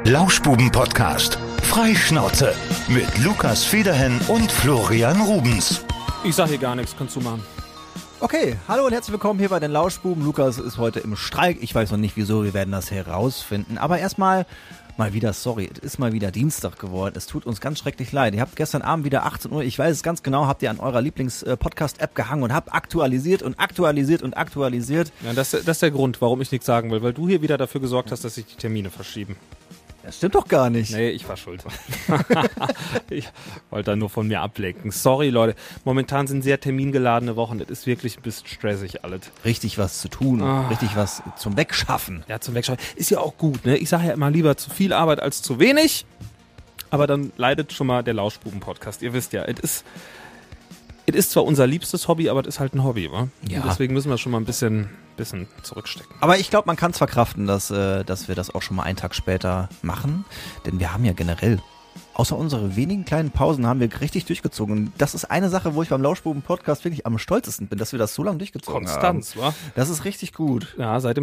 Lauschbuben-Podcast. Freischnauze mit Lukas Federhen und Florian Rubens. Ich sag hier gar nichts, kannst du machen. Okay, hallo und herzlich willkommen hier bei den Lauschbuben. Lukas ist heute im Streik. Ich weiß noch nicht wieso, wir werden das herausfinden. Aber erstmal mal wieder, sorry, es ist mal wieder Dienstag geworden. Es tut uns ganz schrecklich leid. Ihr habt gestern Abend wieder 18 Uhr, ich weiß es ganz genau, habt ihr an eurer Lieblings-Podcast-App gehangen und habt aktualisiert und aktualisiert und aktualisiert. Ja, das ist der Grund, warum ich nichts sagen will, weil du hier wieder dafür gesorgt hast, dass sich die Termine verschieben. Das stimmt doch gar nicht. Nee, ich war schuld. Ich wollte da nur von mir ablenken. Sorry, Leute. Momentan sind sehr termingeladene Wochen. Das ist wirklich ein bisschen stressig alles. Richtig was zu tun, richtig was zum Wegschaffen. Ja, zum Wegschauen. Ist ja auch gut, ne? Ich sage ja immer lieber zu viel Arbeit als zu wenig. Aber dann leidet schon mal der Lauschbuben-Podcast. Ihr wisst ja, es ist zwar unser liebstes Hobby, aber es ist halt ein Hobby, wa? Ja. Und deswegen müssen wir schon mal ein bisschen zurückstecken. Aber ich glaube, man kann es verkraften, dass wir das auch schon mal einen Tag später machen. Denn wir haben ja generell, außer unsere wenigen kleinen Pausen, haben wir richtig durchgezogen. Das ist eine Sache, wo ich beim Lauschbuben-Podcast wirklich am stolzesten bin, dass wir das so lange durchgezogen haben. Konstanz, wa? Das ist richtig gut. Ja, seit dem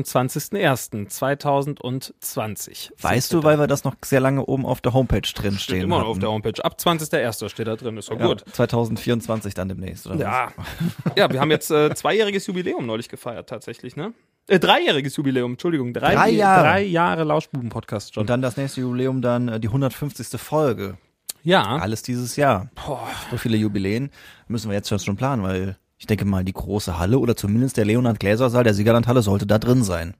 20.01.2020. Weißt du, weil wir das noch sehr lange oben auf der Homepage drin Steht stehen immer noch hatten. auf der Homepage. Ab 20.01. steht da drin, ist doch gut. 2024 dann demnächst, oder Ja. Ja, wir haben jetzt 2-jähriges Jubiläum neulich gefeiert, tatsächlich, ne? 3-jähriges Jubiläum, Entschuldigung. 3 Jahre. 3 Jahre Lauschbuben-Podcast schon. Und dann das nächste Jubiläum dann die 150. Folge. Ja. Alles dieses Jahr. Boah. So viele Jubiläen müssen wir jetzt schon planen, weil ich denke mal, die große Halle oder zumindest der Leonhard-Gläser-Saal der Siegerlandhalle sollte da drin sein.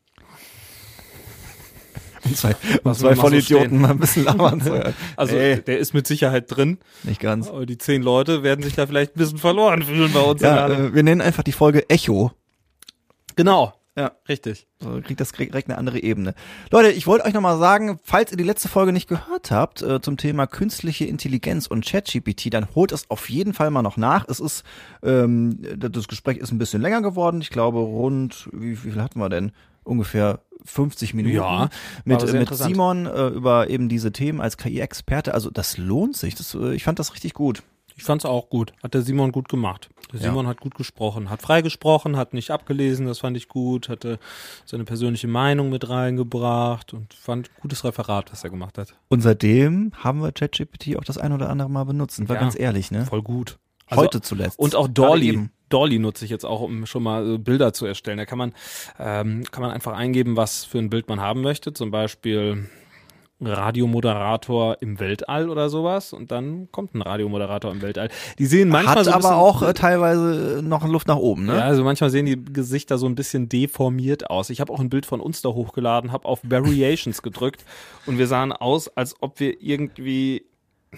Zwei Vollidioten mal ein bisschen labern zu hören. Also, der ist mit Sicherheit drin. Nicht ganz. Aber die 10 Leute werden sich da vielleicht ein bisschen verloren fühlen bei uns. in der Halle. Ja, wir nennen einfach die Folge Echo. Genau. Ja. Richtig. So kriegt das direkt eine andere Ebene. Leute, ich wollte euch nochmal sagen, falls ihr die letzte Folge nicht gehört habt, zum Thema künstliche Intelligenz und ChatGPT, dann holt es auf jeden Fall mal noch nach. Es ist, das Gespräch ist ein bisschen länger geworden. Ich glaube rund, wie viel hatten wir denn? Ungefähr 50 Minuten. Ja, mit interessant. Simon über eben diese Themen als KI-Experte. Also das lohnt sich. Ich fand das richtig gut. Ich fand's auch gut. Hat der Simon gut gemacht. Der Ja. Simon hat gut gesprochen, hat frei gesprochen, hat nicht abgelesen, das fand ich gut, hatte seine persönliche Meinung mit reingebracht und fand gutes Referat, was er gemacht hat. Und seitdem haben wir ChatGPT auch das ein oder andere Mal benutzt. Und war Ja. ganz ehrlich, ne? Voll gut. Heute zuletzt. Und auch Gerade Dolly. eben. Dolly nutze ich jetzt auch, um schon mal Bilder zu erstellen. Da kann man einfach eingeben, was für ein Bild man haben möchte. Zum Beispiel Radiomoderator im Weltall oder sowas. Und dann kommt ein Radiomoderator im Weltall. Die sehen manchmal Hat so ein aber bisschen, auch teilweise noch Luft nach oben, ne? Ja, also manchmal sehen die Gesichter so ein bisschen deformiert aus. Ich habe auch ein Bild von uns da hochgeladen, habe auf Variations gedrückt und wir sahen aus, als ob wir irgendwie,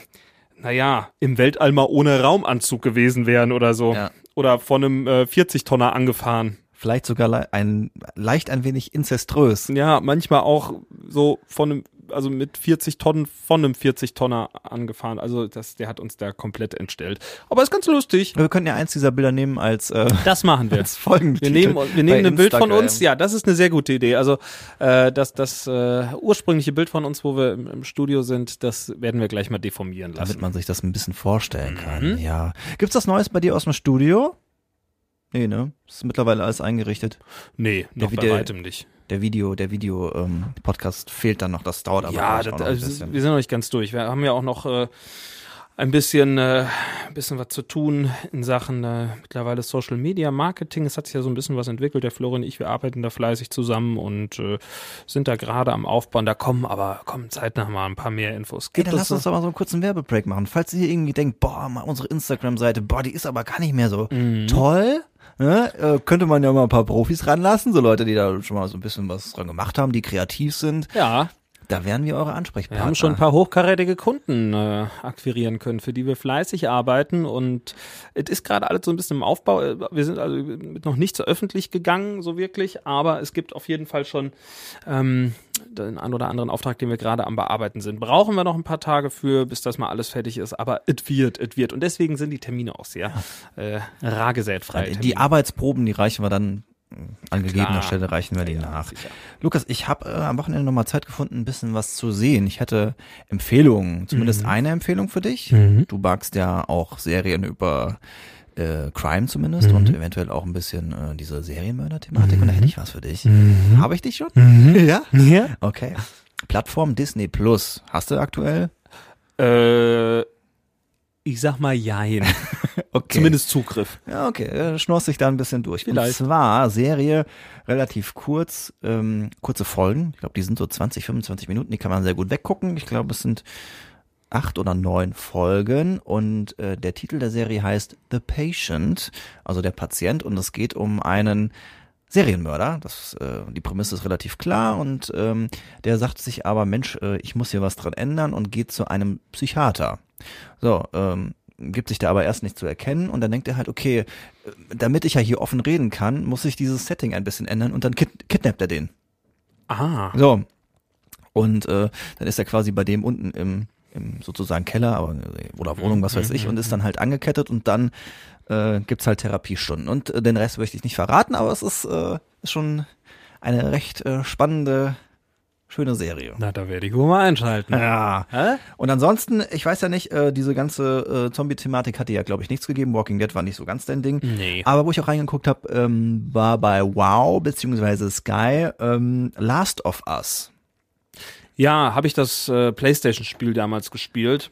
im Weltall mal ohne Raumanzug gewesen wären oder so. Ja. Oder von einem 40-Tonner angefahren. Vielleicht sogar leicht ein wenig inzeströs. Ja, manchmal auch so mit 40 Tonnen von einem 40-Tonner angefahren. Also der hat uns da komplett entstellt. Aber ist ganz lustig. Wir könnten ja eins dieser Bilder nehmen als Das machen wir. als Folgentitel. Wir nehmen ein Bild von Instagram. uns. Ja, das ist eine sehr gute Idee. Also das ursprüngliche Bild von uns, wo wir im Studio sind, das werden wir gleich mal deformieren lassen. Damit man sich das ein bisschen vorstellen kann. Ja. Gibt's das Neues bei dir aus dem Studio? Nee, ne? Ist mittlerweile alles eingerichtet. Nee, noch bei weitem nicht. Der Video-Podcast fehlt dann noch, das dauert aber Ja, auch noch ein bisschen. wir sind noch nicht ganz durch. Wir haben ja auch noch ein bisschen was zu tun in Sachen mittlerweile Social Media Marketing. Es hat sich ja so ein bisschen was entwickelt. Der Florian und ich, wir arbeiten da fleißig zusammen und sind da gerade am Aufbauen. Da kommen zeitnah mal ein paar mehr Infos. Dann lass uns doch mal so einen kurzen Werbebreak machen. Falls ihr irgendwie denkt, mal unsere Instagram-Seite, die ist aber gar nicht mehr so toll. Ne? Könnte man ja mal ein paar Profis ranlassen, so Leute, die da schon mal so ein bisschen was dran gemacht haben, die kreativ sind. Ja. Da wären wir eure Ansprechpartner. Wir haben schon ein paar hochkarätige Kunden akquirieren können, für die wir fleißig arbeiten und es ist gerade alles so ein bisschen im Aufbau. Wir sind also mit noch nicht so öffentlich gegangen, so wirklich, aber es gibt auf jeden Fall schon den ein oder anderen Auftrag, den wir gerade am Bearbeiten sind. Brauchen wir noch ein paar Tage für, bis das mal alles fertig ist, aber es wird. Und deswegen sind die Termine auch sehr rar gesät frei. Die Arbeitsproben, die reichen wir dann an gegebener Klar. Stelle reichen wir die nach. Sicher. Lukas, ich habe am Wochenende nochmal Zeit gefunden, ein bisschen was zu sehen. Ich hätte Empfehlungen, zumindest eine Empfehlung für dich. Du magst ja auch Serien über Crime zumindest und eventuell auch ein bisschen diese Serienmörder-Thematik und da hätte ich was für dich. Habe ich dich schon? Ja? Ja. Okay. Plattform Disney Plus. Hast du aktuell? Ich sag mal jein. Okay. Zumindest Zugriff. Ja, okay. Schnorst dich da ein bisschen durch. Vielleicht. Und zwar Serie relativ kurz, kurze Folgen. Ich glaube, die sind so 20, 25 Minuten. Die kann man sehr gut weggucken. Ich glaube, es sind 8 oder 9 Folgen. Und der Titel der Serie heißt The Patient, also der Patient. Und es geht um einen Serienmörder. Die Prämisse ist relativ klar. Und der sagt sich aber, Mensch, ich muss hier was dran ändern und geht zu einem Psychiater. So, gibt sich da aber erst nicht zu erkennen und dann denkt er halt, okay, damit ich ja hier offen reden kann, muss ich dieses Setting ein bisschen ändern und dann kidnappt er den. Ah. So. Und dann ist er quasi bei dem unten im sozusagen Keller oder Wohnung, was weiß ich, und ist dann halt angekettet und dann gibt's halt Therapiestunden. Und den Rest möchte ich nicht verraten, aber es ist schon eine recht spannende, schöne Serie. Na, da werde ich wohl mal einschalten. Ja. Hä? Und ansonsten, ich weiß ja nicht, diese ganze Zombie-Thematik hat dir ja, glaube ich, nichts gegeben. Walking Dead war nicht so ganz dein Ding. Nee. Aber wo ich auch reingeguckt habe, war bei WoW beziehungsweise Sky Last of Us. Ja, habe ich das PlayStation-Spiel damals gespielt.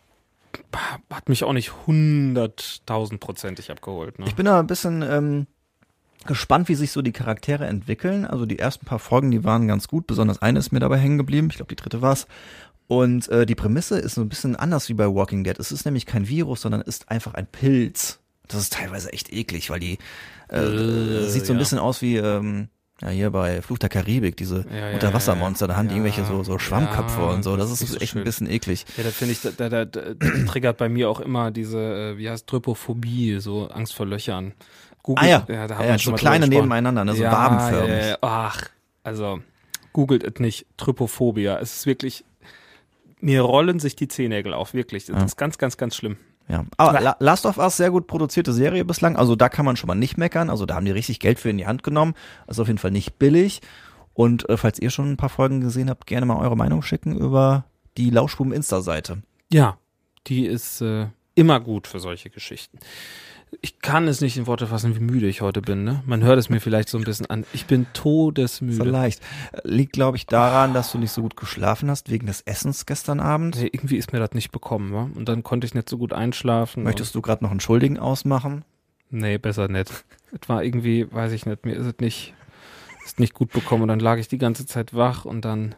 Hat mich auch nicht 100.000%ig abgeholt. Ne? Ich bin da ein bisschen gespannt, wie sich so die Charaktere entwickeln. Also die ersten paar Folgen, die waren ganz gut. Besonders eine ist mir dabei hängen geblieben. Ich glaube, die dritte war's. Und die Prämisse ist so ein bisschen anders wie bei Walking Dead. Es ist nämlich kein Virus, sondern ist einfach ein Pilz. Das ist teilweise echt eklig, weil die sieht so ein bisschen aus wie hier bei Fluch der Karibik, diese Unterwassermonster. Da haben die irgendwelche so Schwammköpfe und so. Das ist echt ein bisschen eklig. Ja, da finde ich, da triggert bei mir auch immer diese, wie heißt Trypophobie, so Angst vor Löchern. Googelt, da haben ja, wir so schon mal kleine drüber gesprochen. nebeneinander, ne, so wabenförmig. Also googelt es nicht, Trypophobia. Es ist wirklich, mir rollen sich die Zehennägel auf, wirklich. Das ist ganz, ganz, ganz schlimm. Ja, aber Last of Us, sehr gut produzierte Serie bislang. Also da kann man schon mal nicht meckern. Also da haben die richtig Geld für in die Hand genommen. Also auf jeden Fall nicht billig. Und falls ihr schon ein paar Folgen gesehen habt, gerne mal eure Meinung schicken über die Lauschbuben-Insta-Seite. Ja, die ist immer gut für solche Geschichten. Ich kann es nicht in Worte fassen, wie müde ich heute bin. Ne? Man hört es mir vielleicht so ein bisschen an. Ich bin todesmüde. Vielleicht. Liegt, glaube ich, daran, dass du nicht so gut geschlafen hast, wegen des Essens gestern Abend. Nee, irgendwie ist mir das nicht bekommen. Wa? Und dann konnte ich nicht so gut einschlafen. Möchtest du gerade noch einen Schuldigen ausmachen? Nee, besser nicht. Es war irgendwie, weiß ich nicht, mir ist es nicht gut bekommen. Und dann lag ich die ganze Zeit wach und dann,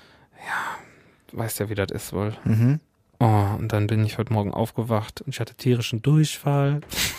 ja, weißt ja, wie das ist wohl. Mhm. Oh, und dann bin ich heute Morgen aufgewacht und ich hatte tierischen Durchfall.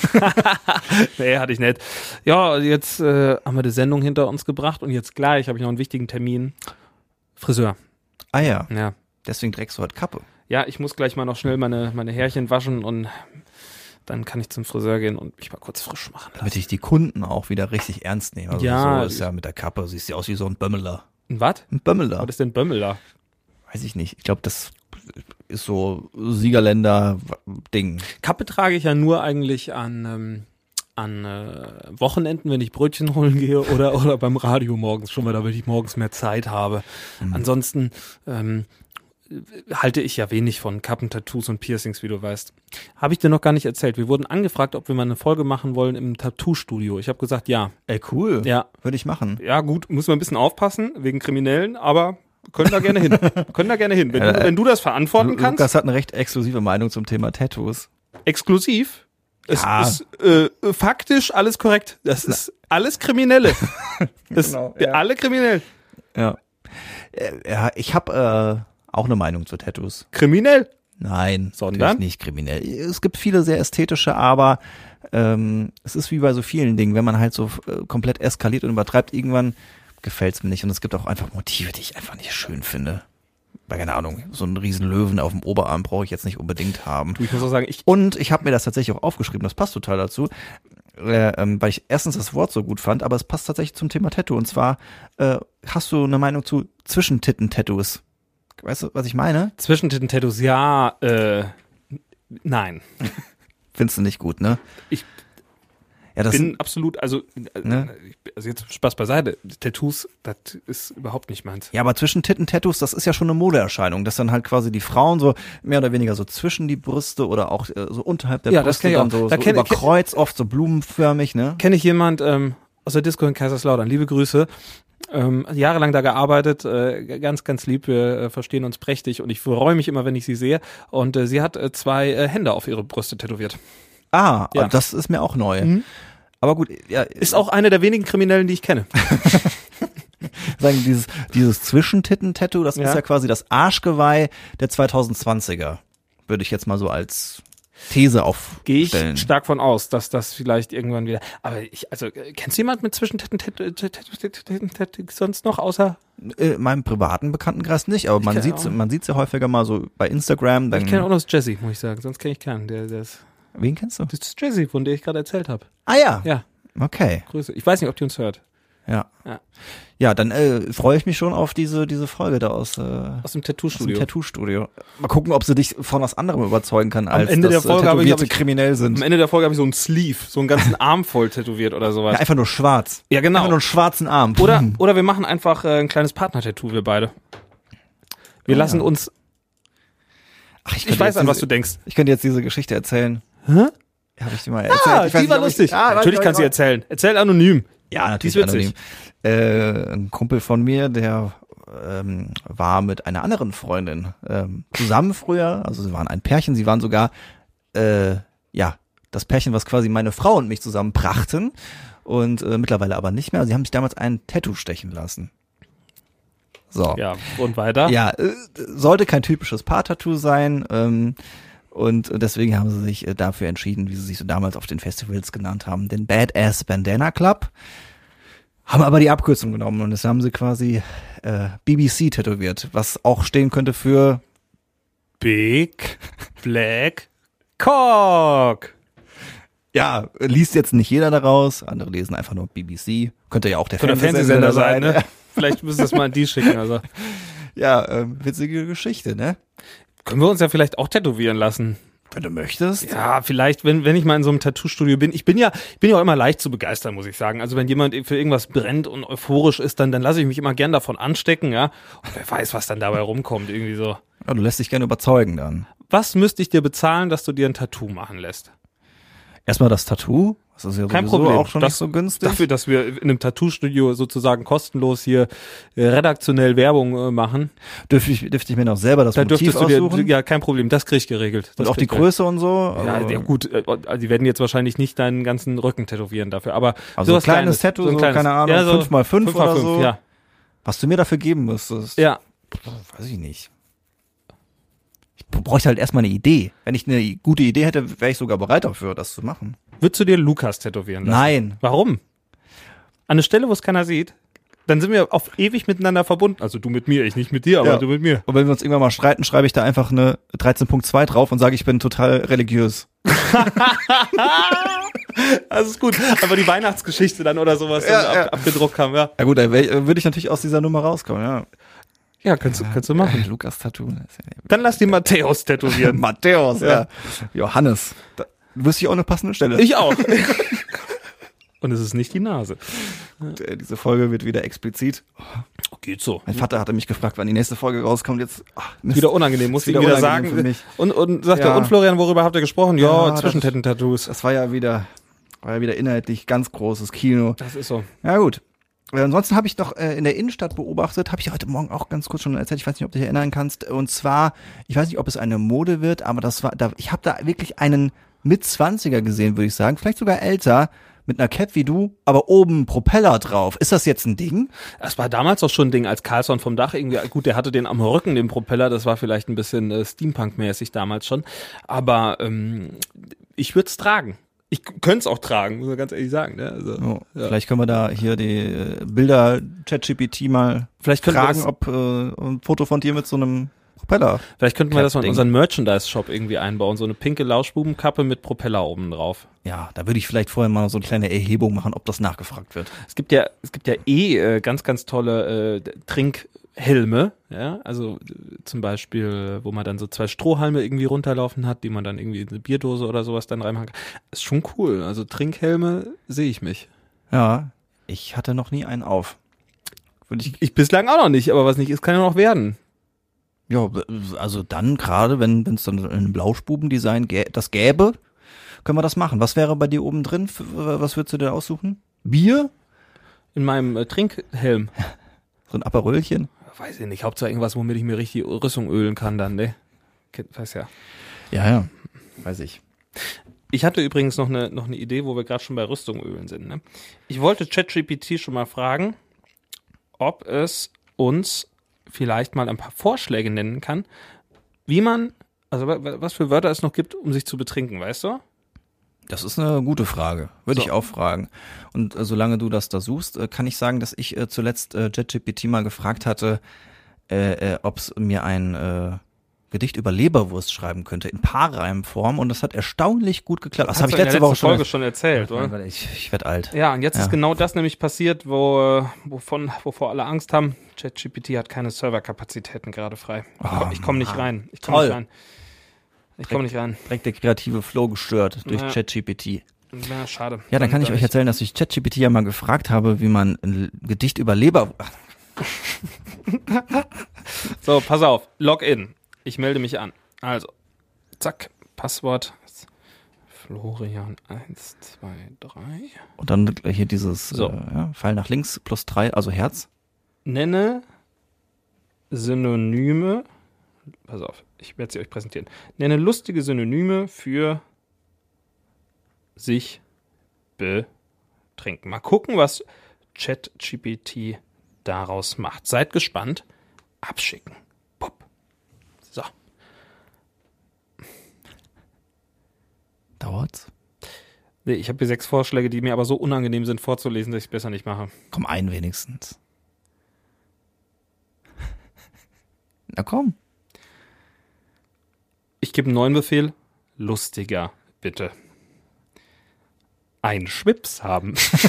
Nee, hatte ich nicht. Ja, jetzt haben wir die Sendung hinter uns gebracht und jetzt gleich habe ich noch einen wichtigen Termin. Friseur. Ah ja, Ja. deswegen trägst du heute Kappe. Ja, ich muss gleich mal noch schnell meine Härchen waschen und dann kann ich zum Friseur gehen und mich mal kurz frisch machen lassen. Damit ich die Kunden auch wieder richtig ernst nehme. Also Ja, so ist ja mit der Kappe, siehst du aus wie so ein Bömmeler. Ein was? Ein Bömmeler. Was ist denn Bömmler? Weiß ich nicht. Ich glaube, das ist so Siegerländer-Ding. Kappe trage ich ja nur eigentlich an Wochenenden, wenn ich Brötchen holen gehe oder beim Radio morgens schon, weil da ich morgens mehr Zeit habe. Ansonsten halte ich ja wenig von Kappen, Tattoos und Piercings, wie du weißt. Habe ich dir noch gar nicht erzählt. Wir wurden angefragt, ob wir mal eine Folge machen wollen im Tattoo-Studio. Ich habe gesagt, ja. Ey, cool. Ja. Würde ich machen. Ja, gut, muss man ein bisschen aufpassen, wegen Kriminellen, aber können da gerne hin. Wenn du das verantworten kannst. Lukas hat eine recht exklusive Meinung zum Thema Tattoos. Exklusiv. Ja. Es ist faktisch alles korrekt. Das ist alles Kriminelle. Genau, ja. Alle kriminell. Ja. Ja, ich habe auch eine Meinung zu Tattoos. Kriminell? Nein, Sondern? natürlich nicht kriminell. Es gibt viele sehr ästhetische, aber es ist wie bei so vielen Dingen, wenn man halt so komplett eskaliert und übertreibt, irgendwann gefällt's mir nicht. Und es gibt auch einfach Motive, die ich einfach nicht schön finde. Weil, keine Ahnung, so einen riesen Löwen auf dem Oberarm brauche ich jetzt nicht unbedingt haben. Du, ich muss auch sagen, Und ich habe mir das tatsächlich auch aufgeschrieben, das passt total dazu, weil ich erstens das Wort so gut fand, aber es passt tatsächlich zum Thema Tattoo. Und zwar hast du eine Meinung zu Zwischentitten-Tattoos? Weißt du, was ich meine? Zwischentitten-Tattoos, ja, nein. Findest du nicht gut, ne? Ich Ja, das bin absolut, also Ne? also jetzt Spaß beiseite, Tattoos, das ist überhaupt nicht meins. Ja, aber Zwischentitten-Tattoos, das ist ja schon eine Modeerscheinung, dass dann halt quasi die Frauen so mehr oder weniger so zwischen die Brüste oder auch so unterhalb der Ja, das Brüste kenn ich dann auch. so, Da so kenn- über Kreuz, oft so blumenförmig, ne? Kenne ich jemand aus der Disco in Kaiserslautern, liebe Grüße, Jahrelang da gearbeitet, ganz, ganz lieb, wir verstehen uns prächtig und ich freue mich immer, wenn ich sie sehe. Und sie hat 2 Hände auf ihre Brüste tätowiert. Ja. Ja. Das ist mir auch neu. Aber gut, ja, Ist auch eine der wenigen Kriminellen, die ich kenne. sagen, dieses Zwischentitten-Tattoo, das ist ja quasi das Arschgeweih der 2020er. Würde ich jetzt mal so als These aufstellen. Gehe ich stark von aus, dass das vielleicht irgendwann wieder. Aber kennst du jemanden mit Zwischentitten sonst noch, außer? In meinem privaten Bekanntenkreis nicht, aber man sieht's ja häufiger mal so bei Instagram. Ich kenne auch noch das Jesse, muss ich sagen, sonst kenne ich keinen. Wen kennst du? Das ist Jesse, von der ich gerade erzählt habe. Ah ja. Ja. Okay. Grüße. Ich weiß nicht, ob die uns hört. Ja. Ja, dann freue ich mich schon auf diese Folge da aus dem Tattoo-Studio. Mal gucken, ob sie dich von was anderem überzeugen kann, als Ende dass der Folge Tätowierte kriminell sind. Am Ende der Folge habe ich so einen Sleeve, so einen ganzen Arm voll tätowiert oder sowas. Ja, einfach nur schwarz. Ja, genau. Einfach nur einen schwarzen Arm. Oder wir machen einfach ein kleines Partner-Tattoo, wir beide. Wir lassen uns... Ach, ich weiß an, was du denkst. Ich könnte jetzt diese Geschichte erzählen. Hä? Habe ich dir mal erzählt? Die war lustig. Natürlich kannst du sie erzählen. Erzähl anonym. Ja, natürlich Die ist witzig. anonym. Ein Kumpel von mir, der war mit einer anderen Freundin zusammen früher. Also sie waren ein Pärchen. Sie waren sogar das Pärchen, was quasi meine Frau und mich zusammenbrachten. Und mittlerweile aber nicht mehr. Sie haben sich damals ein Tattoo stechen lassen. So. Ja, und weiter? Ja, sollte kein typisches Paar-Tattoo sein. Und deswegen haben sie sich dafür entschieden, wie sie sich so damals auf den Festivals genannt haben, den Badass Bandana Club. Haben aber die Abkürzung genommen und das haben sie quasi BBC tätowiert, was auch stehen könnte für Big Black Cock. Ja, liest jetzt nicht jeder daraus, andere lesen einfach nur BBC. Könnte ja auch der Fernsehsender sein, ne? Vielleicht müssen wir es mal an die schicken, also. Ja, witzige Geschichte, ne? Können wir uns ja vielleicht auch tätowieren lassen. Wenn du möchtest. Ja, vielleicht, wenn ich mal in so einem Tattoo-Studio bin. Ich bin ja auch immer leicht zu begeistern, muss ich sagen. Also wenn jemand für irgendwas brennt und euphorisch ist, dann lasse ich mich immer gern davon anstecken, ja. Und wer weiß, was dann dabei rumkommt, irgendwie so. Ja, du lässt dich gerne überzeugen dann. Was müsste ich dir bezahlen, dass du dir ein Tattoo machen lässt? Erstmal das Tattoo. Das ist ja kein sowieso Problem. Auch schon nicht so günstig. Dafür, dass wir in einem Tattoo-Studio sozusagen kostenlos hier redaktionell Werbung machen. Dürfte ich mir noch selber das Motiv aussuchen? Ja, kein Problem, das krieg ich geregelt. Und auch die Größe und so? Ja, gut, die werden jetzt wahrscheinlich nicht deinen ganzen Rücken tätowieren dafür, aber also so ein kleines Tattoo, so keine Ahnung, 5x5 oder so? Ja. Was du mir dafür geben müsstest? Ja. Weiß ich nicht. Ich bräuchte halt erstmal eine Idee. Wenn ich eine gute Idee hätte, wäre ich sogar bereit dafür, das zu machen. Würdest du dir Lukas tätowieren lassen? Nein. Warum? An eine Stelle, wo es keiner sieht? Dann sind wir auf ewig miteinander verbunden. Also du mit mir, ich nicht mit dir, aber du mit mir. Und wenn wir uns irgendwann mal streiten, schreibe ich da einfach eine 13.2 drauf und sage, ich bin total religiös. Das ist gut. Aber die Weihnachtsgeschichte dann oder sowas dann abgedruckt haben, ja. Ja gut, dann würde ich natürlich aus dieser Nummer rauskommen, ja. Ja, kannst du machen. Lukas-Tattoo. Dann lass die Matthäus tätowieren. Matthäus, ja. Johannes. Da wüsste ich auch eine passende Stelle. Ich auch. Und es ist nicht die Nase. Und, diese Folge wird wieder explizit. Geht so. Mein Vater hatte mich gefragt, wann die nächste Folge rauskommt. Jetzt wieder unangenehm, muss ich wieder sagen. Für mich. Und sagt er, und Florian, worüber habt ihr gesprochen? Ja, Zwischentätten-Tattoos. Das war ja wieder inhaltlich ganz großes Kino. Das ist so. Ja gut. Ansonsten habe ich noch in der Innenstadt beobachtet, habe ich heute Morgen auch ganz kurz schon erzählt, ich weiß nicht, ob du dich erinnern kannst, und zwar, ich weiß nicht, ob es eine Mode wird, aber ich habe da wirklich einen Mit-20er gesehen, würde ich sagen, vielleicht sogar älter, mit einer Cap wie du, aber oben Propeller drauf. Ist das jetzt ein Ding? Das war damals auch schon ein Ding, als Carlson vom Dach irgendwie, gut, der hatte den am Rücken, den Propeller, das war vielleicht ein bisschen Steampunk-mäßig damals schon, aber ich würde es tragen. Ich könnte es auch tragen, muss man ganz ehrlich sagen. Ne? Also, Vielleicht können wir da hier die Bilder ChatGPT mal fragen, ob ein Foto von dir mit so einem Propeller. Vielleicht könnten wir das mal in unseren Merchandise-Shop irgendwie einbauen, so eine pinke Lauschbubenkappe mit Propeller oben drauf. Ja, da würde ich vielleicht vorher mal so eine kleine Erhebung machen, ob das nachgefragt wird. Es gibt ja ganz, ganz tolle Trinkhelme, ja, also zum Beispiel, wo man dann so 2 Strohhalme irgendwie runterlaufen hat, die man dann irgendwie in eine Bierdose oder sowas dann reinmachen kann. Ist schon cool, also Trinkhelme sehe ich mich. Ja, ich hatte noch nie einen auf. Ich bislang auch noch nicht, aber was nicht ist, kann ja noch werden. Ja, also dann gerade, wenn es dann in einem Blauschbubendesign das gäbe, können wir das machen. Was wäre bei dir oben drin? Was würdest du dir aussuchen? Bier? In meinem Trinkhelm. So ein Aperölchen? Weiß ich nicht, Hauptsache irgendwas, womit ich mir richtig die Rüstung ölen kann dann, ne? Weiß ja. Ja, weiß ich. Ich hatte übrigens noch eine Idee, wo wir gerade schon bei Rüstung ölen sind, ne? Ich wollte ChatGPT schon mal fragen, ob es uns vielleicht mal ein paar Vorschläge nennen kann, wie man, also was für Wörter es noch gibt, um sich zu betrinken, weißt du? Das ist eine gute Frage. Würde ich auch fragen. Und solange du das da suchst, kann ich sagen, dass ich zuletzt ChatGPT mal gefragt hatte, ob es mir ein Gedicht über Leberwurst schreiben könnte, in Paarreimform. Und das hat erstaunlich gut geklappt. Das habe ich letzte Woche Folge schon erzählt, oder? Ich werde alt. Ja, und jetzt ist genau das nämlich passiert, wovor alle Angst haben. ChatGPT hat keine Serverkapazitäten gerade frei. Ich komme nicht rein. Ich komme nicht rein. Direkt der kreative Flow gestört durch ChatGPT. Ja, schade. Ja, dann kann ich euch erzählen, dass ich ChatGPT ja mal gefragt habe, wie man ein Gedicht über So, pass auf. Login. Ich melde mich an. Also, zack, Passwort. Florian 1, 2, 3. Und dann hier dieses Pfeil nach links +3, also Herz. Nenne Synonyme. Pass auf, ich werde sie euch präsentieren. Nenne lustige Synonyme für sich betrinken. Mal gucken, was ChatGPT daraus macht. Seid gespannt. Abschicken. Pop. So. Dauert's? Nee, ich habe hier 6 Vorschläge, die mir aber so unangenehm sind vorzulesen, dass ich es besser nicht mache. Komm, einen wenigstens. Na komm. Ich gebe einen neuen Befehl. Lustiger, bitte. Einen Schwips haben.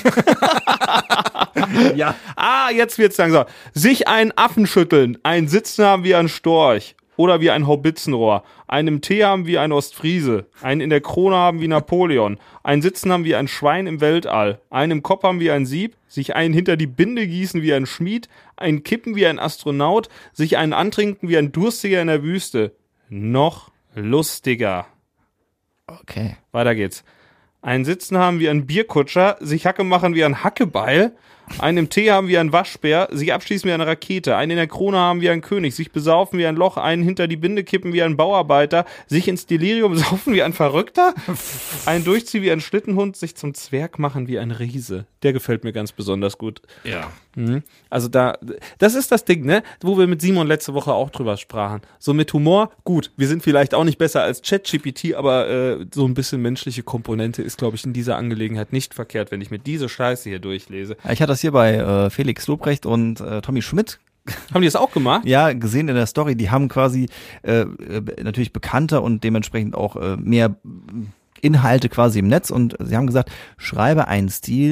Ja. Jetzt wird's langsam. Sich einen Affen schütteln, einen Sitzen haben wie ein Storch oder wie ein Haubitzenrohr, einen im Tee haben wie ein Ostfriese, einen in der Krone haben wie Napoleon, einen Sitzen haben wie ein Schwein im Weltall, einen im Kopf haben wie ein Sieb, sich einen hinter die Binde gießen wie ein Schmied, einen kippen wie ein Astronaut, sich einen antrinken wie ein Durstiger in der Wüste. Noch lustiger. Okay. Weiter geht's. Einen Sitzen haben wie ein Bierkutscher, sich Hacke machen wie ein Hackebeil, einen im Tee haben wie ein Waschbär, sich abschießen wie eine Rakete, einen in der Krone haben wie ein König, sich besaufen wie ein Loch, einen hinter die Binde kippen wie ein Bauarbeiter, sich ins Delirium saufen wie ein Verrückter, einen durchziehen wie ein Schlittenhund, sich zum Zwerg machen wie ein Riese. Der gefällt mir ganz besonders gut. Ja. Also das ist das Ding, ne, wo wir mit Simon letzte Woche auch drüber sprachen. So mit Humor, gut, wir sind vielleicht auch nicht besser als ChatGPT, aber so ein bisschen menschliche Komponente ist, glaube ich, in dieser Angelegenheit nicht verkehrt, wenn ich mir diese Scheiße hier durchlese. Ich hatte das hier bei Felix Lobrecht und Tommy Schmidt. Haben die das auch gemacht? Ja, gesehen in der Story. Die haben quasi natürlich bekannter und dementsprechend auch mehr Inhalte quasi im Netz und sie haben gesagt, schreibe einen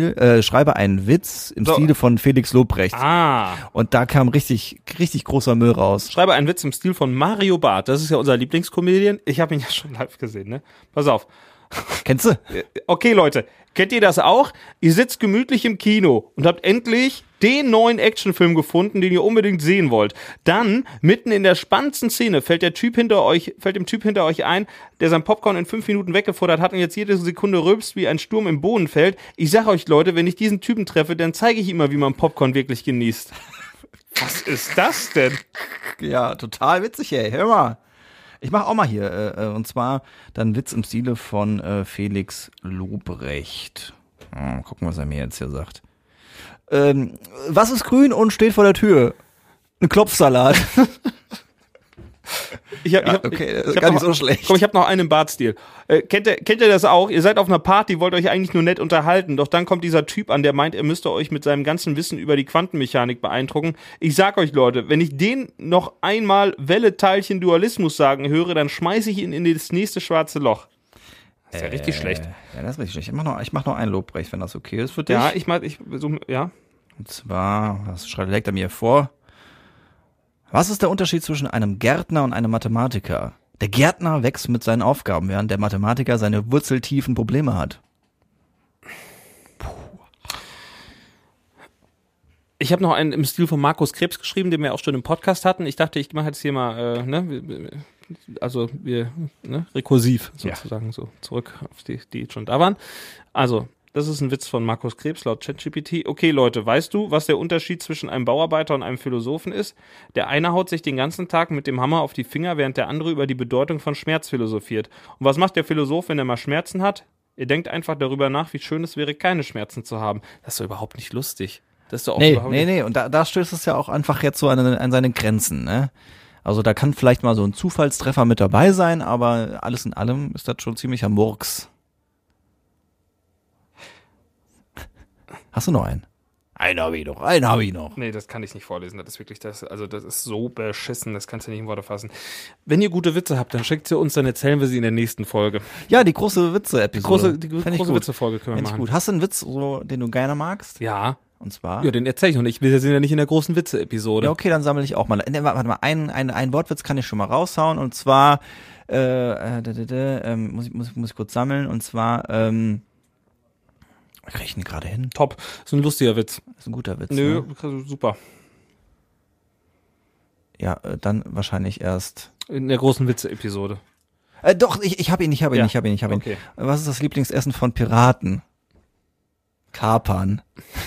Witz im Stile von Felix Lobrecht. Und da kam richtig großer Müll raus. Schreibe einen Witz im Stil von Mario Barth. Das ist ja unser Lieblingscomedian. Ich habe ihn ja schon live gesehen, ne? Pass auf. Kennst du? Okay, Leute. Kennt ihr das auch? Ihr sitzt gemütlich im Kino und habt endlich den neuen Actionfilm gefunden, den ihr unbedingt sehen wollt. Dann, mitten in der spannendsten Szene, fällt dem Typ hinter euch ein, der sein Popcorn in 5 Minuten weggefuttert hat und jetzt jede Sekunde rülpst wie ein Sturm im Boden fällt. Ich sag euch, Leute, wenn ich diesen Typen treffe, dann zeige ich ihm mal, wie man Popcorn wirklich genießt. Was ist das denn? Ja, total witzig, ey. Hör mal. Ich mache auch mal hier, und zwar dann Witz im Stile von Felix Lobrecht. Gucken, was er mir jetzt hier sagt. Was ist grün und steht vor der Tür? Ein Klopfsalat. Okay, das ist gar nicht so schlecht. Komm, ich habe noch einen im Bartstil. Kennt ihr das auch? Ihr seid auf einer Party, wollt euch eigentlich nur nett unterhalten, doch dann kommt dieser Typ an, der meint, er müsste euch mit seinem ganzen Wissen über die Quantenmechanik beeindrucken. Ich sag euch, Leute, wenn ich den noch einmal Welle-Teilchen-Dualismus sagen höre, dann schmeiße ich ihn in das nächste schwarze Loch. Das ist ja richtig schlecht. Ja, das ist richtig schlecht. Ich mach noch einen Lobrecht, wenn das okay ist für dich. Ja, ja. Und zwar, was legt er mir vor? Was ist der Unterschied zwischen einem Gärtner und einem Mathematiker? Der Gärtner wächst mit seinen Aufgaben, während der Mathematiker seine wurzeltiefen Probleme hat. Ich habe noch einen im Stil von Markus Krebs geschrieben, den wir auch schon im Podcast hatten. Ich dachte, ich mache jetzt hier mal, rekursiv sozusagen, so zurück auf die schon da waren. Also, Das ist ein Witz von Markus Krebs laut ChatGPT. Okay, Leute, weißt du, was der Unterschied zwischen einem Bauarbeiter und einem Philosophen ist? Der eine haut sich den ganzen Tag mit dem Hammer auf die Finger, während der andere über die Bedeutung von Schmerz philosophiert. Und was macht der Philosoph, wenn er mal Schmerzen hat? Er denkt einfach darüber nach, wie schön es wäre, keine Schmerzen zu haben. Das ist doch überhaupt nicht lustig. Das ist doch auch überhaupt nicht. Nee. Und da stößt es ja auch einfach jetzt so an seine Grenzen, ne? Also da kann vielleicht mal so ein Zufallstreffer mit dabei sein, aber alles in allem ist das schon ziemlicher Murks. Hast du noch einen? Einen habe ich noch. Nee, das kann ich nicht vorlesen. Das ist wirklich das ist so beschissen, das kannst du nicht in Worte fassen. Wenn ihr gute Witze habt, dann schickt sie uns, dann erzählen wir sie in der nächsten Folge. Ja, die große Witze-Episode. Die große Witze-Folge können wir machen. Gut. Hast du einen Witz, so, den du gerne magst? Ja. Und zwar? Ja, den erzähle ich noch nicht. Wir sind ja nicht in der großen Witze-Episode. Ja, okay, dann sammle ich auch mal. Warte mal, einen Wortwitz kann ich schon mal raushauen. Und zwar, muss ich kurz sammeln. Und zwar, kriege ich ihn gerade hin? Top. Ist ein lustiger Witz. Ist ein guter Witz. Nö, ne? Super. Ja, dann wahrscheinlich erst in der großen Witze-Episode. Doch, ich habe ihn. Okay. Was ist das Lieblingsessen von Piraten? Kapern.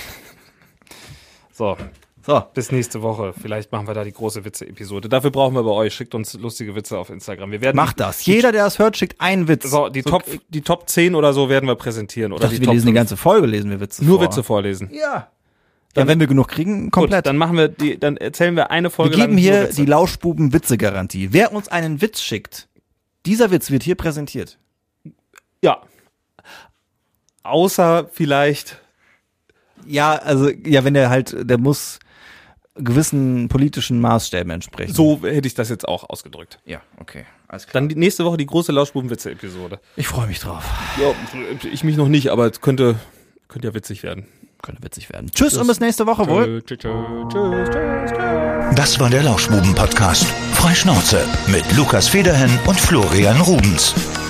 So, bis nächste Woche. Vielleicht machen wir da die große Witze-Episode. Dafür brauchen wir bei euch. Schickt uns lustige Witze auf Instagram. Macht das. Jeder, der das hört, schickt einen Witz. So, die Top 10 oder so werden wir präsentieren. Oder wir lesen die ganze Folge, lesen wir Witze Nur Witze vorlesen. Ja. Dann, wenn wir genug kriegen, komplett. Gut, dann erzählen wir eine Folge lang. Wir geben hier die Lauschbuben-Witze-Garantie. Wer uns einen Witz schickt, dieser Witz wird hier präsentiert. Ja. Außer vielleicht. Ja, wenn der muss gewissen politischen Maßstäben entsprechen. So hätte ich das jetzt auch ausgedrückt. Ja, okay. Alles klar. Dann nächste Woche die große Lauschbuben-Witze-Episode. Ich freue mich drauf. Ja, ich mich noch nicht, aber es könnte ja witzig werden. Tschüss und bis nächste Woche wohl. Tschüss. Das war der Lauschbuben-Podcast. Frei Schnauze mit Lukas Federhen und Florian Rubens.